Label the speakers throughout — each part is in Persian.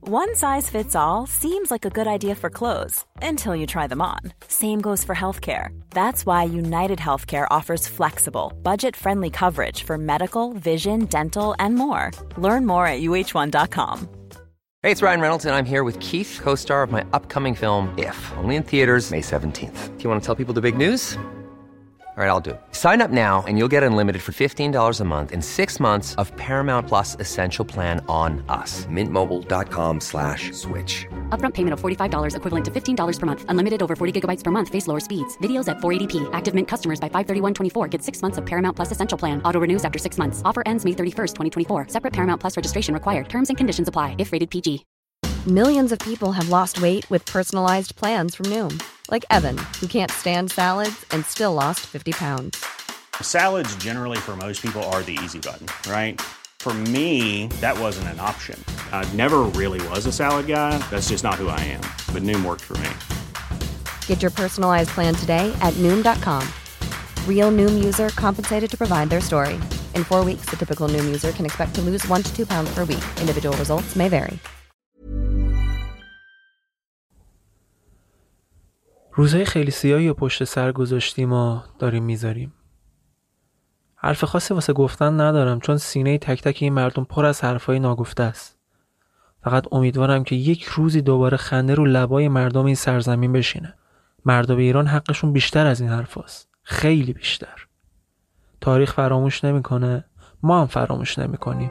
Speaker 1: One size fits all seems like a good idea for clothes until you try them on. Same goes for healthcare. That's why United Healthcare offers flexible, budget-friendly coverage for medical, vision, dental, and more. Learn more at uh1.com.
Speaker 2: Hey, it's Ryan Reynolds, and I'm here with Keith, co-star of my upcoming film, If, only in theaters May 17th. Do you want to tell people the big news? All right, I'll do it. Sign up now and you'll get unlimited for $15 a month and 6 months of Paramount Plus Essential Plan on us. MintMobile.com/switch.
Speaker 3: Upfront payment of $45 equivalent to $15 per month. Unlimited over 40 gigabytes per month. Face lower speeds. Videos at 480p. Active Mint customers by 531.24 get 6 months of Paramount Plus Essential Plan. Auto renews after 6 months. Offer ends May 31st, 2024. Separate Paramount Plus registration required. Terms and conditions apply if rated PG.
Speaker 4: Millions of people have lost weight with personalized plans from Noom. Like Evan, who can't stand salads and still lost 50 pounds.
Speaker 5: Salads generally for most people are the easy button, right? For me, that wasn't an option. I never really was a salad guy. That's just not who I am. But Noom worked for me.
Speaker 4: Get your personalized plan today at Noom.com. Real Noom user compensated to provide their story. In 4 weeks, the typical Noom user can expect to lose 1 to 2 pounds per week. Individual results may vary.
Speaker 6: روزهای خیلی سیاهی و پشت سر گذاشتیم و داریم میذاریم. حرف خاصی واسه گفتن ندارم چون سینه تک تک این مردم پر از حرفای ناگفته است. فقط امیدوارم که یک روزی دوباره خنده رو لبای مردم این سرزمین بشینه. مردم ایران حقشون بیشتر از این حرفاست. خیلی بیشتر. تاریخ فراموش نمیکنه، ما هم فراموش نمیکنیم.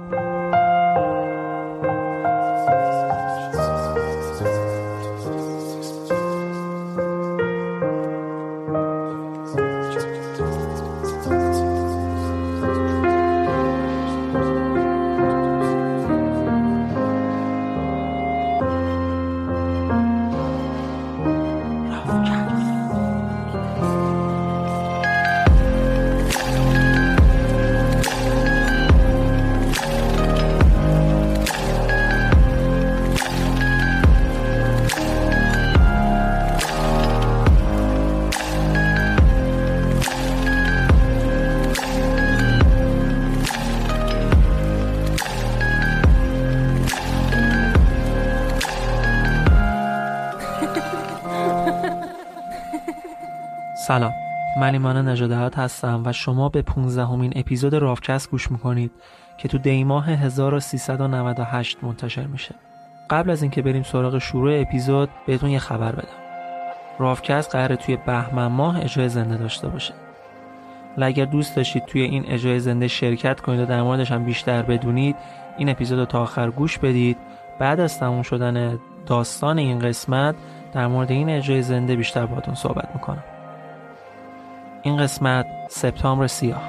Speaker 6: سلام، من ایمان نژادحق هستم و شما به 15مین اپیزود رافکست گوش میکنید که تو دیماه 1398 منتشر میشه. قبل از اینکه بریم سراغ شروع اپیزود بهتون یه خبر بدم. رافکست قراره توی بهمن ماه اجرای زنده داشته باشه. اگر دوست داشتید توی این اجرای زنده شرکت کنید و در موردش هم بیشتر بدونید، این اپیزود رو تا آخر گوش بدید. بعد از تموم شدن داستان این قسمت در مورد این اجرای زنده بیشتر باهاتون صحبت میکنم. این قسمت سپتامبر سیاه.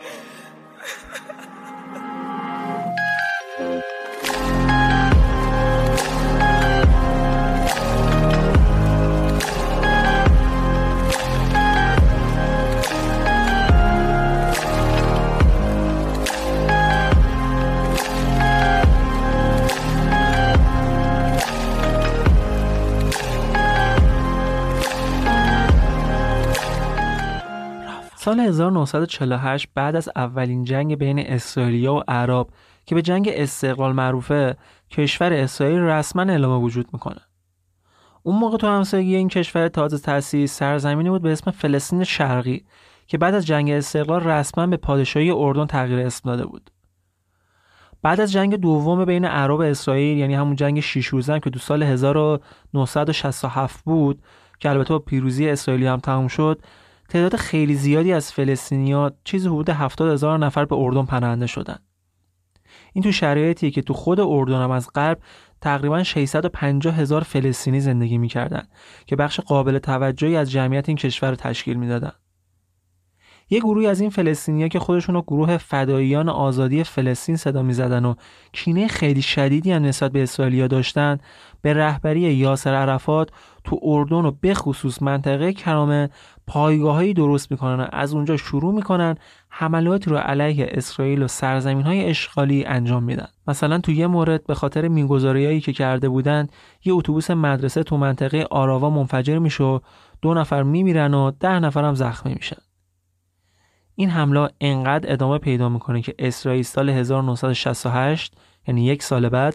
Speaker 6: سال 1948 بعد از اولین جنگ بین اسرائیلیا و عرب که به جنگ استقلال معروفه، کشور اسرائیل رسما اعلام وجود میکنه. اون موقع تو همسایگی این کشور تازه تأسیس سرزمینی بود به اسم فلسطین شرقی که بعد از جنگ استقلال رسما به پادشاهی اردن تغییر اسم داده بود. بعد از جنگ دوم بین عرب و اسرائیل، یعنی همون جنگ 6 روزه که تو سال 1967 بود که البته با پیروزی اسرائیلی هم تموم شد، تعداد خیلی زیادی از فلسطینی‌ها، چیزی حدود 70,000 نفر به اردن پناهنده شدن. این تو شرایطیه که تو خود اردن هم از غرب تقریباً 650,000 فلسطینی زندگی می‌کردن که بخش قابل توجهی از جمعیت این کشور رو تشکیل میدادن. یه گروهی از این فلسطینی‌ها که خودشون رو گروه فداییان آزادی فلسطین صدا می‌زدن و کینه خیلی شدیدی هم نسبت به اسرائیلیا داشتن، به رهبری یاسر عرفات تو اردن و به خصوص منطقه کرامه پایگاهایی درست میکنن و از اونجا شروع میکنن حملاتی رو علیه اسرائیل و سرزمین‌های اشغالی انجام میدن. مثلا تو یه مورد به خاطر مینگذاریایی که کرده بودن، یه اتوبوس مدرسه تو منطقه آراوا منفجر میشه و 2 نفر میمیرن و 10 نفر هم زخمی میشن. این حمله انقدر ادامه پیدا میکنه که اسرائیل سال 1968، یعنی 1 سال بعد،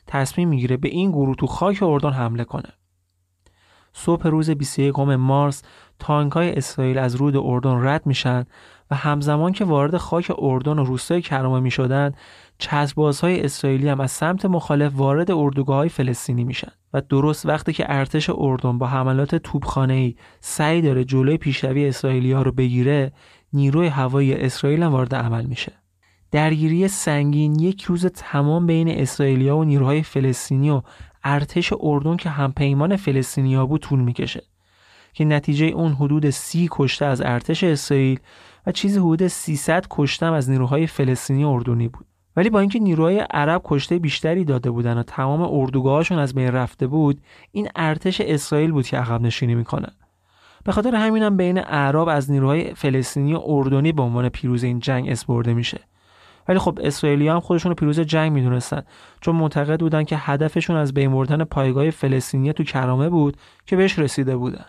Speaker 6: تصمیم میگیره به این گروه تو خاک اردن حمله کنه. صبح روز 21 مارس تانک‌های اسرائیل از رود اردن رد میشن و همزمان که وارد خاک اردن و روستای کرامه میشدن، چسبازهای اسرائیلی هم از سمت مخالف وارد اردوگاه‌های فلسطینی میشن و درست وقتی که ارتش اردن با حملات توپخانه‌ای سعی داره جلوی پیشروی اسرائیلی‌ها رو بگیره، نیروی هوایی اسرائیل هم وارد عمل میشه. درگیری سنگین یک روز تمام بین اسرائیلی‌ها و نیروهای فلسطینی و ارتش اردن که همپیمان فلسطینی‌ها بود طول میکشه که نتیجه اون حدود 30 کشته از ارتش اسرائیل و چیزی حدود 300 کشته از نیروهای فلسطینی اردنی بود. ولی با اینکه نیروهای عرب کشته بیشتری داده بودن و تمام اردوگاهاشون از بین رفته بود، این ارتش اسرائیل بود که عقب نشینی میکنه. به خاطر همینم بین اعراب از نیروهای فلسطینی و اردنی به عنوان پیروز این جنگ اسپرده میشه. ولی خب اسرائیلی‌ها هم خودشون رو پیروز جنگ میدونستن، چون معتقد بودن که هدفشون از بین بردن پایگاه فلسطینی تو کرامه بود که بهش رسیده بودن.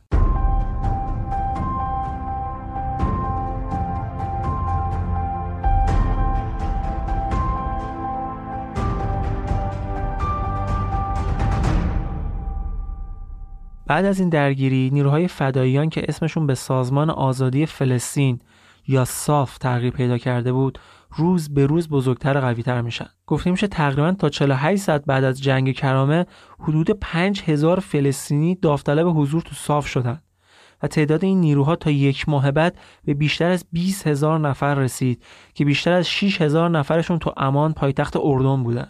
Speaker 6: بعد از این درگیری نیروهای فداییان که اسمشون به سازمان آزادی فلسطین یا صاف تغییر پیدا کرده بود، روز به روز بزرگتر و قوی‌تر میشن. گفته میشه تقریبا تا 48 ساعت بعد از جنگ کرامه حدود 5000 فلسطینی داوطلب حضور تو صاف شدن و تعداد این نیروها تا یک ماه بعد به بیشتر از 20000 نفر رسید که بیشتر از 6000 نفرشون تو عمان پایتخت اردن بودن.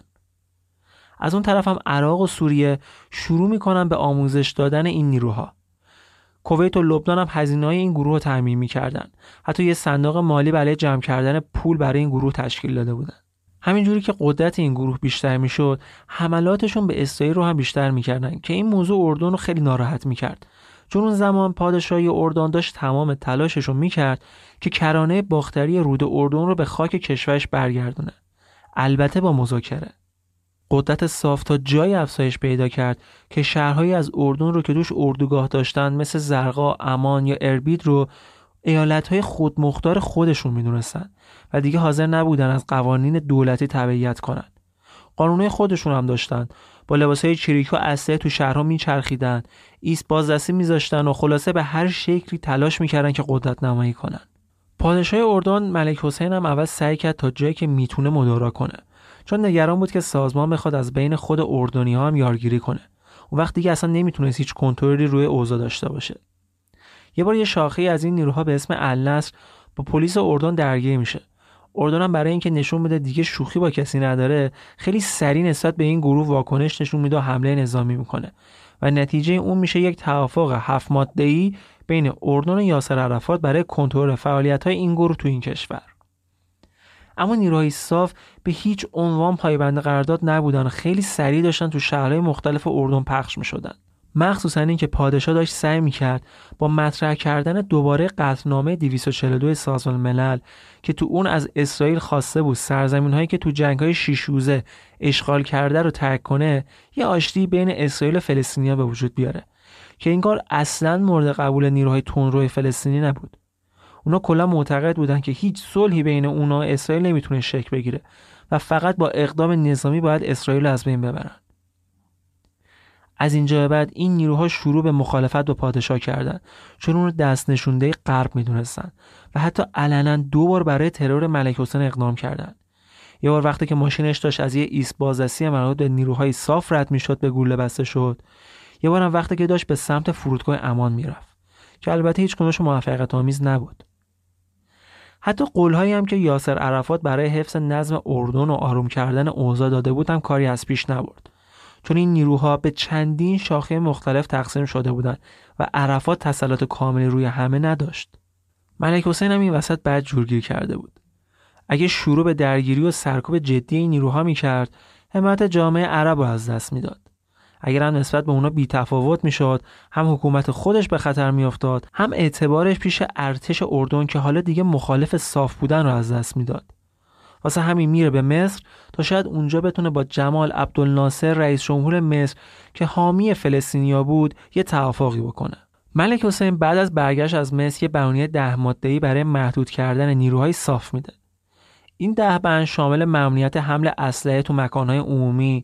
Speaker 6: از اون طرف هم عراق و سوریه شروع میکنن به آموزش دادن این نیروها. کویت و لبنان هم هزینه‌های این گروه رو تامین می‌کردن. حتی یه صندوق مالی برای جمع کردن پول برای این گروه تشکیل داده بودن. همینجوری که قدرت این گروه بیشتر میشد، حملاتشون به اسرائیل رو هم بیشتر می‌کردن که این موضوع اردن رو خیلی ناراحت می‌کرد. چون اون زمان پادشاهی اردن داشت تمام تلاشش رو می‌کرد که کرانه باختری رود اردن رو به خاک کشورش برگردونه. البته با مذاکره. قدرت صاف تا جای افزایش پیدا کرد که شهرهایی از اردن رو که توش اردوگاه داشتن مثل زرقا، عمان یا اربیل رو ایالت‌های خودمختار خودشون می‌دونستن و دیگه حاضر نبودن از قوانین دولتی تبعیت کنن. قانونهای خودشون هم داشتن. با لباسای چریک و اسلحه تو شهرها میچرخیدن، ایست بازدستی می‌ذاشتن و خلاصه به هر شکلی تلاش می‌کردن که قدرت نمایی کنن. پادشاه اردن ملک حسین هم اول سعی کرد تا جایی که میتونه مدارا کنه، چون نگران بود که سازمان بخواد از بین خود اردنی‌ها هم یارگیری کنه. اون وقت دیگه اصلا نمیتونست هیچ کنترلی روی اوضاع داشته باشه. یه بار یه شاخه از این نیروها به اسم النصر با پلیس اردن درگیر میشه. اردن هم برای اینکه نشون بده دیگه شوخی با کسی نداره، خیلی سریع نسبت به این گروه واکنش نشون میده و حمله نظامی میکنه و نتیجه اون میشه یک توافق 7 ماده‌ای بین اردن و یاسر عرفات برای کنترل فعالیت‌های این گروه تو این کشور. اما نیروهای صاف به هیچ عنوان پایبند قرارداد نبودن و خیلی سریع داشتن تو شهرهای مختلف اردن پخش می‌شدن. مخصوصا این که پادشاه داشت سعی می‌کرد با مطرح کردن دوباره قطعنامه 242 سازمان ملل که تو اون از اسرائیل خواسته بود سرزمین‌هایی که تو جنگ‌های 6 روزه اشغال کرده رو ترک کنه، یه آشتی بین اسرائیل و فلسطینی‌ها به وجود بیاره که این کار اصلاً مورد قبول نیروهای تندرو فلسطینی نبود. اونا کلا معتقد بودن که هیچ صلحی بین اونا و اسرائیل نمیتونه شکل بگیره و فقط با اقدام نظامی باید اسرائیل از بین ببرن. از اینجا بعد این نیروها شروع به مخالفت با پادشاه کردن، چون اون رو دست نشونده غرب میدونستن و حتی علنا 2 بار برای ترور ملک حسین اقدام کردن. یه بار وقتی که ماشینش داشت از یه ایست بازدستی مربوط به نیروهای صاف رد میشد به گوله بسته شد. یه بارم وقتی که داشت به سمت فرودگاه عمان میرفت که البته هیچ کدومش موفقیت آمیز نبود. حتی قول‌هایی هم که یاسر عرفات برای حفظ نظم اردن و آروم کردن اوضاع داده بود هم کاری از پیش نبرد، چون این نیروها به چندین شاخه مختلف تقسیم شده بودند و عرفات تسلط کاملی روی همه نداشت. ملک حسین هم این وسط بد جورگیر کرده بود. اگه شروع به درگیری و سرکوب جدی این نیروها می‌کرد، حمایت جامعه عرب رو از دست میداد. اگر هم نسبت به اونا بی‌تفاوت میشد، هم حکومت خودش به خطر میافتاد، هم اعتبارش پیش ارتش اردن که حالا دیگه مخالف صاف بودن رو از دست میداد. واسه همین میره به مصر تا شاید اونجا بتونه با جمال عبدالناصر رئیس جمهور مصر که حامی فلسطینیا بود یه توافقی بکنه. ملک حسین بعد از برگشت از مصر یه بیانیه 10 ماده‌ای برای محدود کردن نیروهای صاف میده. این 10 بند شامل ممنوعیت حمل اسلحه تو مکانهای عمومی،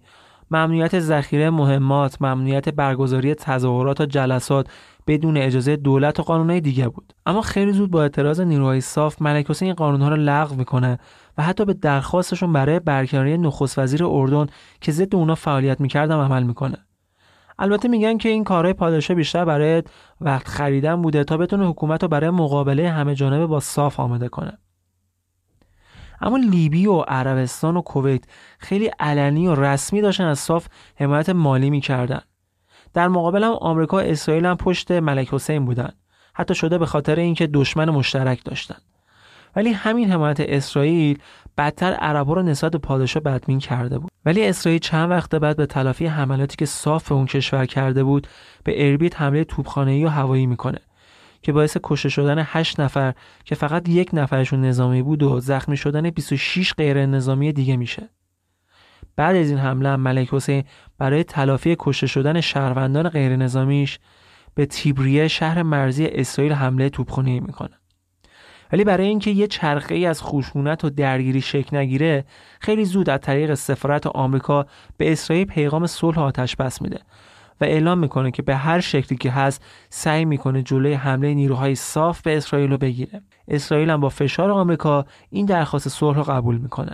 Speaker 6: ممنوعیت ذخیره مهمات، ممنوعیت برگزاری تظاهرات و جلسات بدون اجازه دولت و قانونهای دیگه بود. اما خیلی زود با اعتراض نیروهای صاف ملک حسین این قانونها رو لغو میکنه و حتی به درخواستشون برای برکناری نخست وزیر اردن که ضد اونا فعالیت میکردن عمل میکنه. البته میگن که این کارهای پادشاه بیشتر برای وقت خریدن بوده تا بتونه حکومت رو برای مقابله همه جانبه با صاف آماده کنه. اما لیبی و عربستان و کویت خیلی علنی و رسمی داشتن از صاف حمایت مالی میکردن. در مقابل هم آمریکا و اسرائیل هم پشت ملک حسین بودن. حتی شده به خاطر اینکه دشمن مشترک داشتن. ولی همین حمایت اسرائیل بدتر عرب‌ها رو نسبت به پادشاه بدبین کرده بود. ولی اسرائیل چند وقت بعد به تلافی حملاتی که صاف اون کشور کرده بود به اربیل حمله توپخانه‌ای و هوایی میکنه که باعث کشته شدن 8 نفر که فقط 1 نفرشون نظامی بود و زخمی شدن 26 غیر نظامی دیگه میشه. بعد از این حمله ملک حسین برای تلافی کشته شدن شهروندان غیر نظامیش به تیبریه شهر مرزی اسرائیل حمله توپخانه‌ای میکنه. ولی برای اینکه یه چرخه‌ای از خشونت و درگیری شکل نگیره خیلی زود از طریق سفارت آمریکا به اسرائیل پیغام صلح و آتش‌بس میده و اعلام میکنه که به هر شکلی که هست سعی میکنه جلوی حمله نیروهای صاف به اسرائیل رو بگیره. اسرائیل هم با فشار آمریکا این درخواست صلح رو قبول میکنه.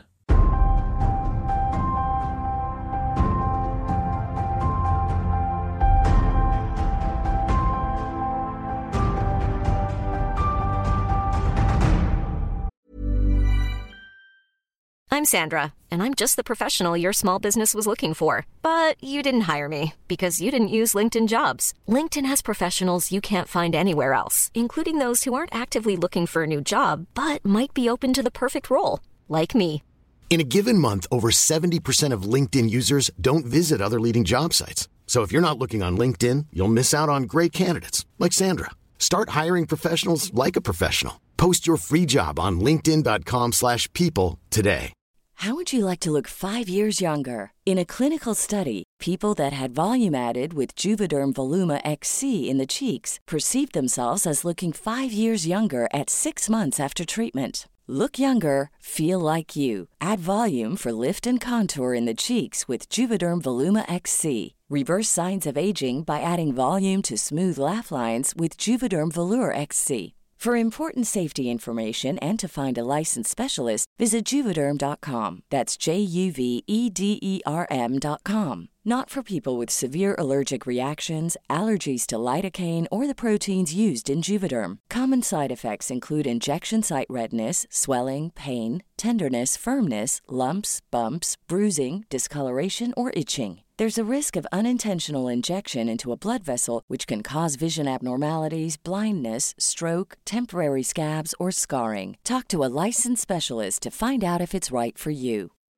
Speaker 7: I'm Sandra, and I'm just the professional your small business was looking for. But you didn't hire me because you didn't use LinkedIn Jobs. LinkedIn has professionals you can't find anywhere else, including those who aren't actively looking for a new job, but might be open to the perfect role, like me.
Speaker 8: In a given month, over 70% of LinkedIn users don't visit other leading job sites. So if you're not looking on LinkedIn, you'll miss out on great candidates, like Sandra. Start hiring professionals like a professional. Post your free job on linkedin.com/people today.
Speaker 9: How would you like to look 5 years younger? In a clinical study, people that had volume added with Juvederm Voluma XC in the cheeks perceived themselves as looking 5 years younger at 6 months after treatment. Look younger, feel like you. Add volume for lift and contour in the cheeks with Juvederm Voluma XC. Reverse signs of aging by adding volume to smooth laugh lines with Juvederm Volure XC. For important safety information and to find a licensed specialist, visit Juvederm.com. That's JUVEDERM.com. Not for people with severe allergic reactions, allergies to lidocaine, or the proteins used in Juvederm. Common side effects include injection site redness, swelling, pain, tenderness, firmness, lumps, bumps, bruising, discoloration, or itching. There's a risk of unintentional injection into a blood vessel, which can cause vision abnormalities, blindness, stroke, temporary scabs, or scarring. Talk to a licensed specialist to find out if it's right for you.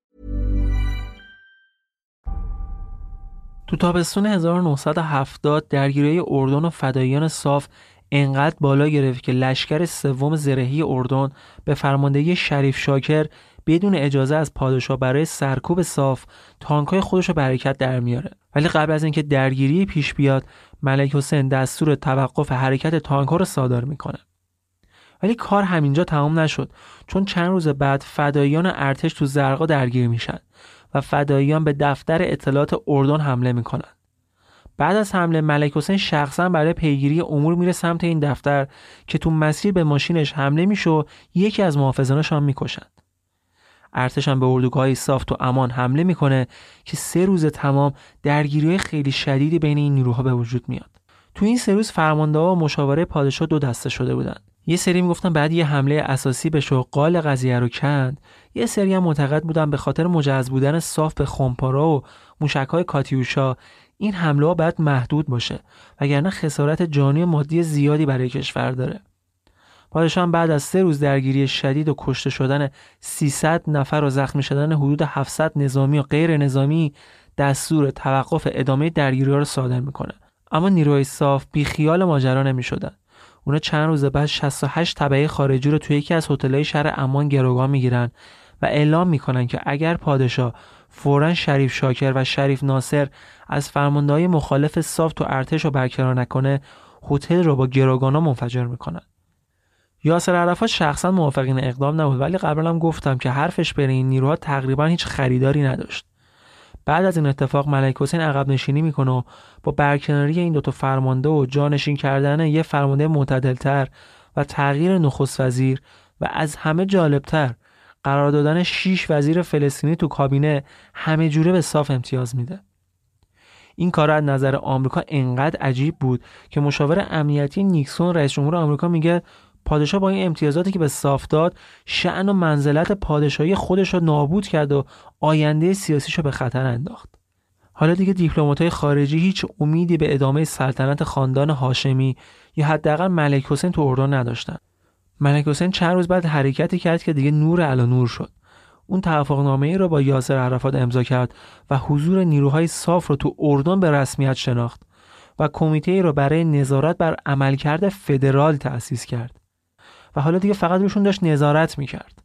Speaker 6: تو تابستون 1970 درگیری اردن و فداییان صاف انقدر بالا گرفت که لشکر سوم زرهی اردن به فرماندهی شریف شاکر بدون اجازه از پادشاه برای سرکوب صاف تانک‌های خودش رو به حرکت در میاره. ولی قبل از اینکه درگیری پیش بیاد ملک حسین دستور توقف حرکت تانک‌ها رو صادر میکنه. ولی کار همینجا تمام نشد، چون چند روز بعد فداییان ارتش تو زرقا درگیر میشن و فداییان به دفتر اطلاعات اردن حمله میکنن. بعد از حمله ملک حسین شخصا برای پیگیری امور میره سمت این دفتر که تو مسیر به ماشینش حمله میشه و یکی از محافظانش هم میکشن. ارتش هم به اردوگاه‌های صاف تو امان حمله میکنه که 3 روز تمام درگیری‌های خیلی شدیدی بین این نیروها به وجود میاد. تو این 3 روز فرمانده‌ها و مشاوره پادشاه 2 دسته شده بودن. یه سری میگفتن بعد یه حمله اساسی بشه و قال قضیه رو کند، یه سری هم معتقد بودن به خاطر مجهز بودن صاف به خمپارا و موشک‌های کاتیوشا این حمله ها باید محدود باشه وگرنه خسارت جانی و مادی زیادی برای کشور داره. پادشاه بعد از 3 روز درگیری شدید و کشته شدن 300 نفر و زخمی شدن حدود 700 نظامی و غیر نظامی دستور توقف ادامه درگیری‌ها رو صادر میکنه. اما نیروهای صاف بی خیال ماجرا نمیشدن. اونا چند روز بعد 68 تبعه خارجی رو توی یکی از هتل‌های شهر عمان گروگان میگیرن و اعلام میکنن که اگر پادشاه فوراً شریف شاکر و شریف ناصر از فرمانده‌های مخالف صاف تو ارتش رو برکنار نکنه، هتل رو با گروگانا منفجر میکنن. یاسر عرفات شخصا موافق این اقدام نبود، ولی قبلا هم گفتم که حرفش برای این نیروها تقریبا هیچ خریداری نداشت. بعد از این اتفاق ملک حسین عقب نشینی میکنه و با برکناری این دوتا فرمانده و جانشین کردن یه فرمانده معتدل‌تر و تغییر نخست وزیر و از همه جالبتر قرار دادن 6 وزیر فلسطینی تو کابینه همه جوره به صاف امتیاز میده. این کار از نظر آمریکا انقدر عجیب بود که مشاور امنیتی نیکسون رئیس جمهور آمریکا میگه پادشاه با این امتیازاتی که به صاف داد شأن و منزلت پادشاهی خودش رو نابود کرد و آینده سیاسیشو به خطر انداخت. حالا دیگه دیپلمات‌های خارجی هیچ امیدی به ادامه سلطنت خاندان هاشمی یا حداقل ملک حسین تو اردن نداشتن. ملک حسین چند روز بعد حرکتی کرد که دیگه نور علی نور شد. اون توافقنامه‌ای رو با یاسر عرفات امضا کرد و حضور نیروهای صاف رو تو اردن به رسمیت شناخت و کمیته‌ای رو برای نظارت بر عملکرد فدرال تأسیس کرد و حالا دیگه فقط روشون داشت نظارت می‌کرد.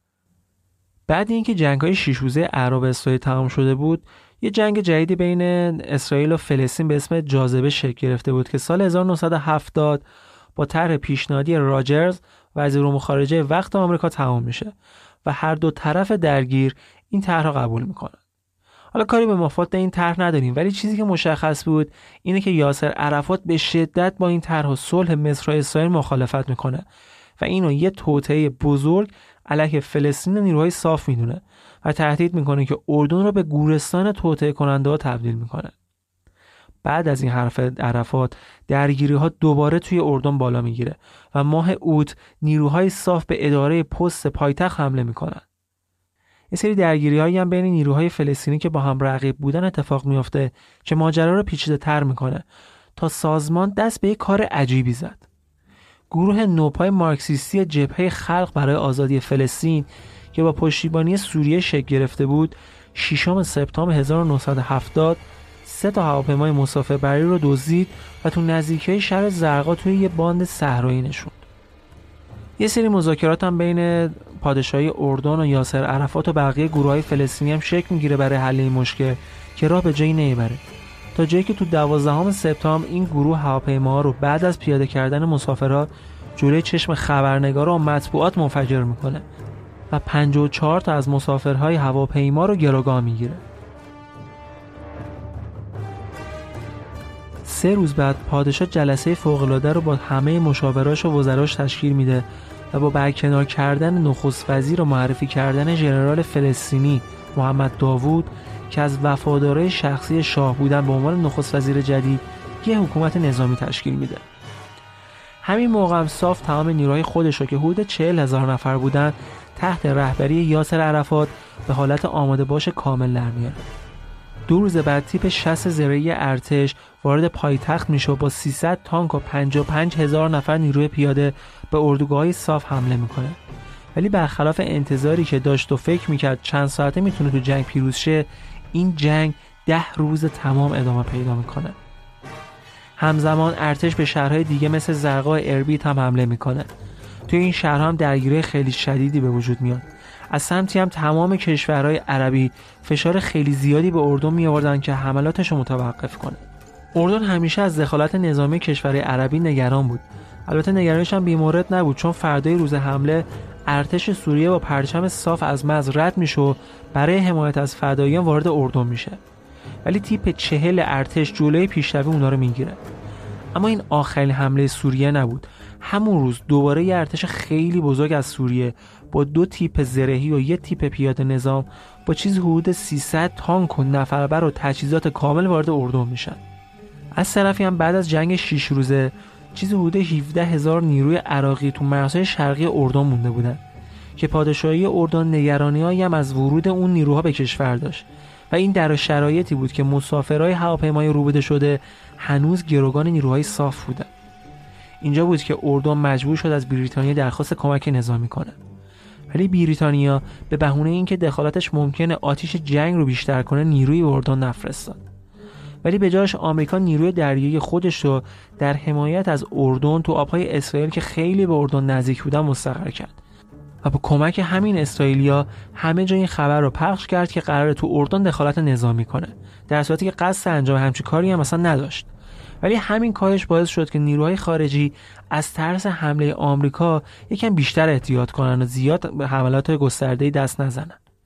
Speaker 6: بعد اینکه جنگ‌های 6 روزه عرب اسرائیل تمام شده بود، یه جنگ جدیدی بین اسرائیل و فلسطین به اسم جاذبه شکل گرفته بود که سال 1970 با طرح پیشنهادی راجرز وزیر امور خارجه وقت آمریکا تمام میشه و هر دو طرف درگیر این طرح رو قبول میکنن. حالا کاری به مفاد این طرح نداریم، ولی چیزی که مشخص بود اینه که یاسر عرفات به شدت با این طرح و صلح مصر و اسرائیل مخالفت میکنه و اینو یه توطئه بزرگ علیه فلسطین و نیروهای صاف میدونه و تهدید میکنه که اردن رو به گورستان توطئه کننده ها تبدیل میکنه. بعد از این حرف عرفات درگیری ها دوباره توی اردن بالا میگیره و ماه اوت نیروهای صاف به اداره پست پایتخت حمله میکنن. یه سری درگیری هایی هم بین نیروهای فلسطینی که با هم رقیب بودن اتفاق میفته که ماجرا رو پیچیده تر میکنه تا سازمان دست به یک کار عجیبی زد. گروه نوپای مارکسیستی جبهه خلق برای آزادی فلسطین که با پشتیبانی سوریه شکل گرفته بود 6 سپتامبر 1970 3 هواپیمای مسافربری رو دزدید و تو نزدیکی شهر زرقا توی یه باند صحرایی نشوند. یه سری مذاکرات هم بین پادشاهی اردن و یاسر عرفات و بقیه گروه‌های فلسطینی هم شکل میگیره برای حل این مشکل که راه به جایی نمیبره، تا جایی که تو 12 سپتامبر این گروه هواپیماها رو بعد از پیاده کردن مسافرها جلوی چشم خبرنگارا و مطبوعات منفجر میکنه و 54 تا از مسافرهای هواپیما رو گروگاه میگیره. 3 روز بعد پادشاه جلسه فوق‌العاده رو با همه مشاوراش و وزراش تشکیل میده و با برکنار کردن نخست وزیر و معرفی کردن ژنرال فلسطینی محمد داوود که از وفادارای شخصی شاه بودن به عنوان نخست وزیر جدید یه حکومت نظامی تشکیل میده. همین موقع هم صاف تمام نیروهای خودش رو که حدود 40,000 نفر بودن تحت رهبری یاسر عرفات به حالت آماده باش کامل در میاره. 2 روز بعد تیپ 60 زرهی ارتش وارد پایتخت میشه و با 300 تانک و 55,000 نفر نیروی پیاده به اردوگاه‌های صاف حمله میکنه. ولی برخلاف انتظاری که داشت و فکر میکرد چند ساعته میتونه تو جنگ پیروز شه، این جنگ 10 روز تمام ادامه پیدا میکنه. همزمان ارتش به شهرهای دیگه مثل زرقا و اربیل هم حمله میکنه. توی این شهرها هم درگیری خیلی شدیدی به وجود میاد. از سمتی هم تمام کشورهای عربی فشار خیلی زیادی به اردن می آوردن که حملاتش رو متوقف کنه. اردن همیشه از دخالت نظامی کشورهای عربی نگران بود. البته نگرانش هم بی‌مورد نبود، چون فردای روز حمله ارتش سوریه با پرچم صاف از مرز رد میشه و برای حمایت از فداییان وارد اردن میشه. ولی تیپ 40 ارتش جلوی پیشروی اونا رو میگیره. اما این آخرین حمله سوریه نبود. همون روز دوباره یه ارتش خیلی بزرگ از سوریه با 2 تیپ زرهی و 1 تیپ پیاده نظام با چیز حدود 300 تانک و نفربر و تجهیزات کامل وارد اردن میشن. از طرفی هم بعد از جنگ 6 روزه چیز حدود 17,000 نیروی عراقی تو مرزهای شرقی اردن مونده بودن که پادشاهی اردن نگرانی‌هایی هم از ورود اون نیروها به کشور داشت و این در شرایطی بود که مسافرهای هواپیمای روبوده شده هنوز گروگان نیروهای صاف بودن. اینجا بود که اردن مجبور شد از بریتانیا درخواست کمک نظامی کنه. ولی بریتانیا به بهونه اینکه دخالتش ممکنه آتش جنگ رو بیشتر کنه نیروی اردن نفرستاد. ولی به جاش آمریکا نیروی دریایی خودش رو در حمایت از اردن تو آبهای اسرائیل که خیلی به اردن نزدیک بودن مستقر کرد و با کمک همین اسرائیلیا همه جا این خبر رو پخش کرد که قراره تو اردن دخالت نظامی کنه، در صورتی که قصد انجام همچین کاری هم اصلا نداشت. ولی همین کارش باعث شد که نیروهای خارجی از ترس حمله آمریکا یکم بیشتر احتیاط کنن و زیاد به حملات گسترده‌ای دست نزنن.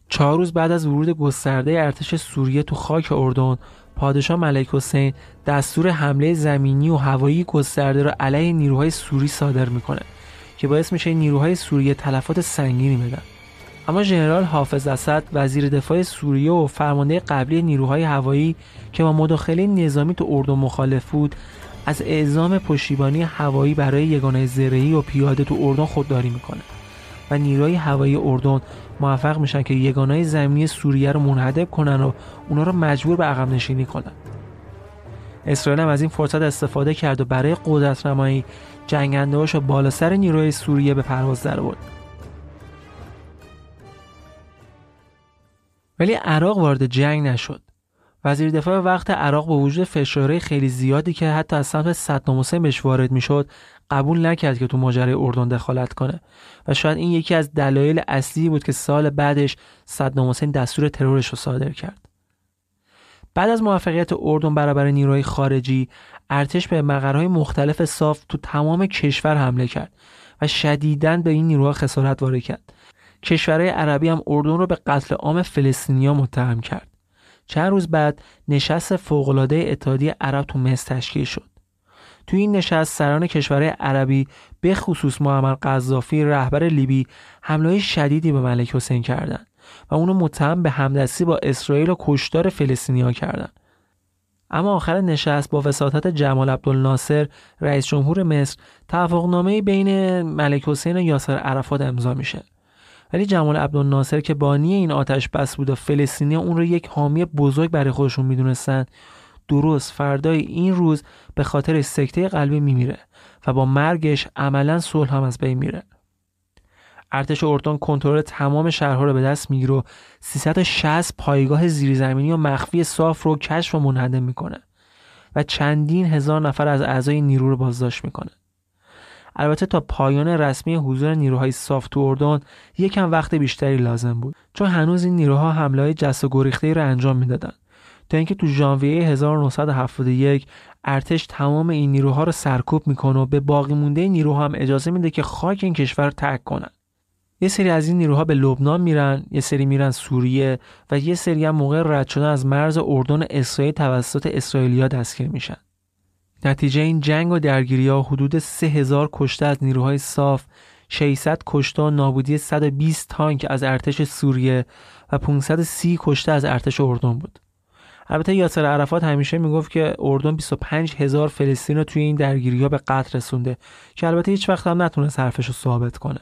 Speaker 6: 4 روز بعد از ورود گسترده ارتش سوریه تو خاک اردن، پادشاه ملک حسین دستور حمله زمینی و هوایی گسترده را علیه نیروهای سوری صادر میکنه که باعث میشه نیروهای سوریه تلفات سنگینی بدن. اما ژنرال حافظ اسد وزیر دفاع سوریه و فرمانده قبلی نیروهای هوایی که با مداخله نظامی تو اردن مخالف بود، از اعزام پشتیبانی هوایی برای یگانه زرهی و پیاده تو اردن خودداری میکنه و نیروهای هوایی اردن موفق میشن که یگانه زمینی سوریه رو منهدم کنن و اونا رو مجبور به عقب نشینی کنن. اسرائیل هم از این فرصت استفاده کرد و برای قدرت نمایی جنگنده‌هاشو بالا سر نیروهای سوریه به پرواز درآورد. ولی عراق وارد جنگ نشد. وزیر دفاع وقت عراق با وجود فشارهای خیلی زیادی که حتی از سمت صدام حسین بهش وارد میشد، قبول نکرد که تو ماجرای اردن دخالت کنه و شاید این یکی از دلایل اصلی بود که سال بعدش صدام حسین دستور ترورش رو صادر کرد. بعد از موفقیت اردن برابر نیروهای خارجی، ارتش به مقرهای مختلف صاف تو تمام کشور حمله کرد و شدیداً به این نیروها خسارت وارد کرد. کشورهای عربی هم اردن رو به قتل عام فلسطینی‌ها متهم کرد. چند روز بعد نشست فوق‌العاده اتحادیه عرب تو مصر تشکیل شد. تو این نشست سران کشورهای عربی به خصوص معمر قذافی رهبر لیبی حمله‌های شدیدی به ملک حسین کردند و اونو متهم به همدستی با اسرائیل و کشتار فلسطینی‌ها کردند. اما آخر نشست با وساطت جمال عبدالناصر رئیس جمهور مصر توافقنامه‌ای بین ملک حسین و یاسر عرفات امضا میشه. ولی جمال عبدالناصر که بانی این آتش بس بود و فلسطینی‌ها اون رو یک حامی بزرگ برای خودشون میدونستن، درست فردای این روز به خاطر سکته قلبی میمیره و با مرگش عملاً صلح هم از بین میره. ارتش اردن کنترل تمام شهرها رو به دست میگیره و 360 پایگاه زیرزمینی و مخفی صاف رو کشف و منهدم میکنه و چندین هزار نفر از اعضای نیرو رو بازداشت میکنه. البته تا پایان رسمی حضور نیروهای صاف تو اردن یکم وقت بیشتری لازم بود، چون هنوز این نیروها حمله‌های جست و گریخته‌ای رو انجام میدادن، تا اینکه تو ژانویه 1971 ارتش تمام این نیروها رو سرکوب میکنه و به باقی مونده نیروها هم اجازه میده که خاک این کشور رو ترک کنن. یه سری از این نیروها به لبنان میرن، یه سری میرن سوریه و یه سری هم موقع رد شدن از مرز اردن اسرائیل توسط اسرائیلیا دستگیر میشن. نتیجه این جنگ و درگیری‌ها حدود 3000 کشته از نیروهای صاف، 600 کشته و نابودی 120 تانک از ارتش سوریه و 530 کشته از ارتش اردن بود. البته یاسر عرفات همیشه میگفت که اردن 25000 فلسطینی رو توی این درگیری‌ها به قتل رسونده که البته هیچ وقت هم نتونست حرفش رو ثابت کنه.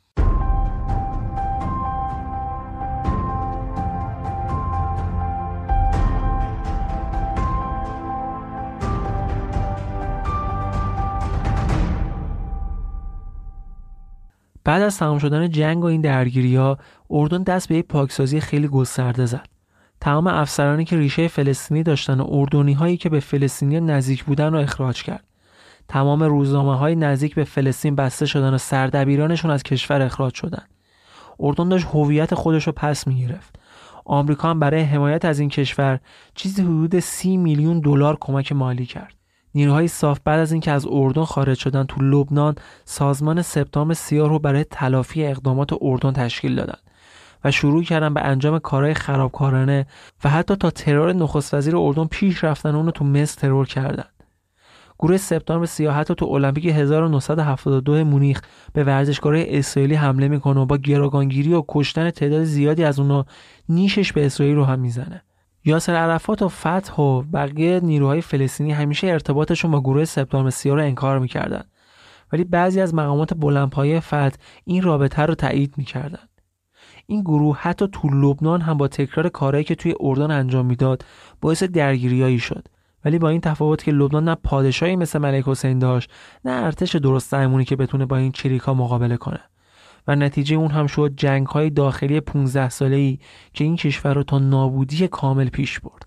Speaker 6: بعد از تمام شدن جنگ و این درگیری‌ها، اردن دست به یک پاکسازی خیلی گسترده زد. تمام افسرانی که ریشه فلسطینی داشتن و اردنی‌هایی که به فلسطینی‌ها نزدیک بودن رو اخراج کرد. تمام روزنامه‌های نزدیک به فلسطین بسته شدن و سردبیرانشون از کشور اخراج شدن. اردن داشت هویت خودش رو پس می‌گرفت. آمریکا هم برای حمایت از این کشور چیزی حدود 30 میلیون دلار کمک مالی کرد. نیروهای صاف بعد از اینکه از اردن خارج شدن تو لبنان سازمان سپتامبر سیاه رو برای تلافی اقدامات اردن تشکیل دادن و شروع کردن به انجام کارهای خرابکارانه و حتی تا ترور نخست وزیر اردن پیش رفتن اونو تو مصر ترور کردن. گروه سپتامبر سیاه حتی تو المپیک 1972 مونیخ به ورزشکارهای اسرائیلی حمله میکنه و با گروگانگیری و کشتن تعداد زیادی از اونا نیشش به اسرائیل رو هم میزنه. یاسر عرفات و فتح و بقیه نیروهای فلسطینی همیشه ارتباطشون با گروه سپتامبر سیاه رو انکار میکردن، ولی بعضی از مقامات بلندپایه فتح این رابطه رو تایید میکردن. این گروه حتی تو لبنان هم با تکرار کارهایی که توی اردن انجام میداد باعث درگیریایی شد، ولی با این تفاوت که لبنان نه پادشاهی مثل ملک حسین داشت، نه ارتش درست درمونی که بتونه با این چریکا مقابله کنه و نتیجه اون هم شد جنگ‌های داخلی 15 ساله‌ای که این کشور رو تا نابودی کامل پیش برد.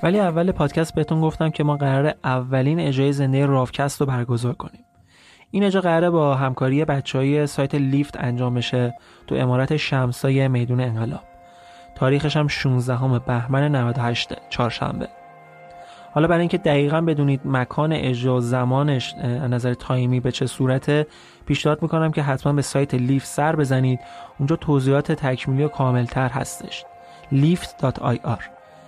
Speaker 6: ولی اول پادکست بهتون گفتم که ما قراره اولین اجرای زنده رافکست رو برگزار کنیم. این اجرا قراره با همکاری بچهای سایت لیفت انجام بشه تو عمارت شمسای میدون انقلاب. تاریخش هم 16 بهمن 98 چهارشنبه. حالا برای اینکه دقیقاً بدونید مکان اجرا و زمانش از نظر تایمی به چه صورته، پیشنهاد میکنم که حتما به سایت لیفت سر بزنید. اونجا توضیحات تکمیلی و کاملتر هستش. lift.ir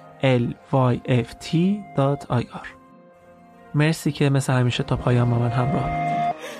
Speaker 6: lyft.ir. مرسی که مثل همیشه تا پایان با من همراه.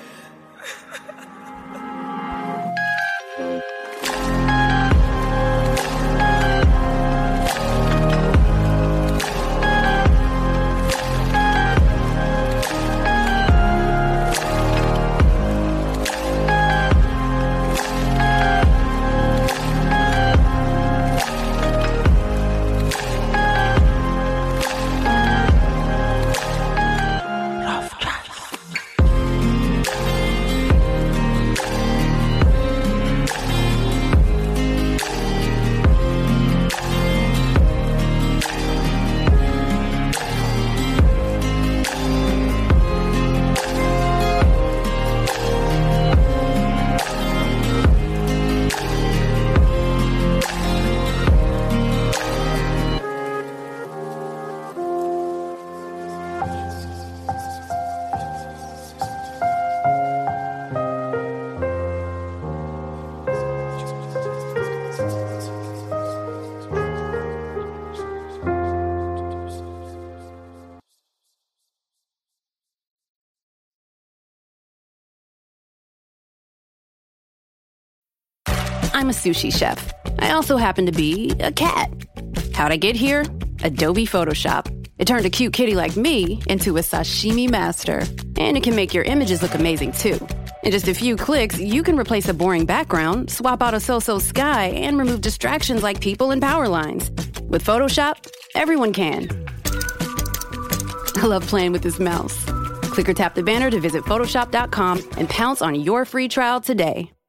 Speaker 3: I'm a sushi chef. I also happen to be a cat. How'd I get here? Adobe Photoshop. It turned a cute kitty like me into a sashimi master. And it can make your images look amazing too. In just a few clicks, you can replace a boring background, swap out a so-so sky, and remove distractions like people and power lines. With Photoshop, everyone can. I love playing with this mouse. Click or tap the banner to visit Photoshop.com and pounce on your free trial today.